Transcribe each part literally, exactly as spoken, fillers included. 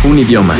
Un idioma.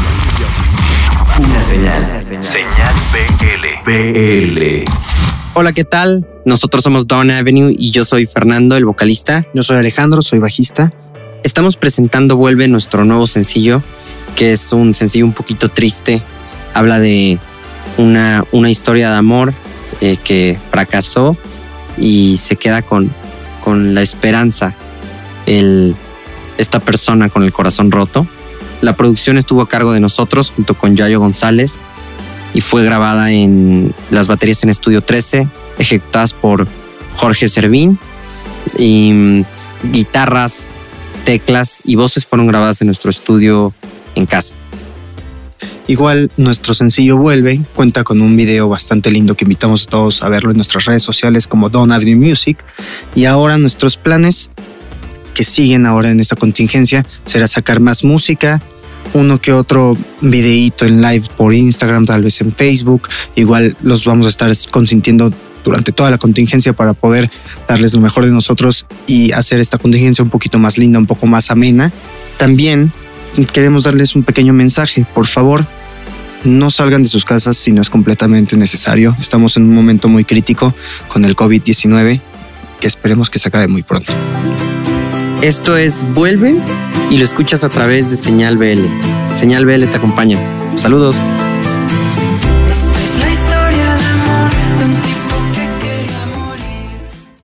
Una señal. Señal B L. B L. Hola, ¿qué tal? Nosotros somos Dawn Avenue y yo soy Fernando, el vocalista. Yo soy Alejandro, soy bajista. Estamos presentando Vuelve, nuestro nuevo sencillo, que es un sencillo un poquito triste. Habla de una, una historia de amor eh, que fracasó y se queda con, con la esperanza. El, esta persona con el corazón roto. La producción estuvo a cargo de nosotros junto con Yayo González y fue grabada en las baterías en Estudio trece, ejecutadas por Jorge Servín, y mm, guitarras, teclas y voces fueron grabadas en nuestro estudio en casa. Igual nuestro sencillo Vuelve cuenta con un video bastante lindo que invitamos a todos a verlo en nuestras redes sociales como Dawn Avenue Music. Y ahora nuestros planes que siguen ahora en esta contingencia será sacar más música, uno que otro videíto en live por Instagram, tal vez en Facebook. Igual los vamos a estar consintiendo durante toda la contingencia para poder darles lo mejor de nosotros y hacer esta contingencia un poquito más linda, un poco más amena. También queremos darles un pequeño mensaje. Por favor, no salgan de sus casas si no es completamente necesario. Estamos en un momento muy crítico con el covid diecinueve que esperemos que se acabe muy pronto. Esto es Vuelve y lo escuchas a través de Señal B L. Señal B L te acompaña. Saludos.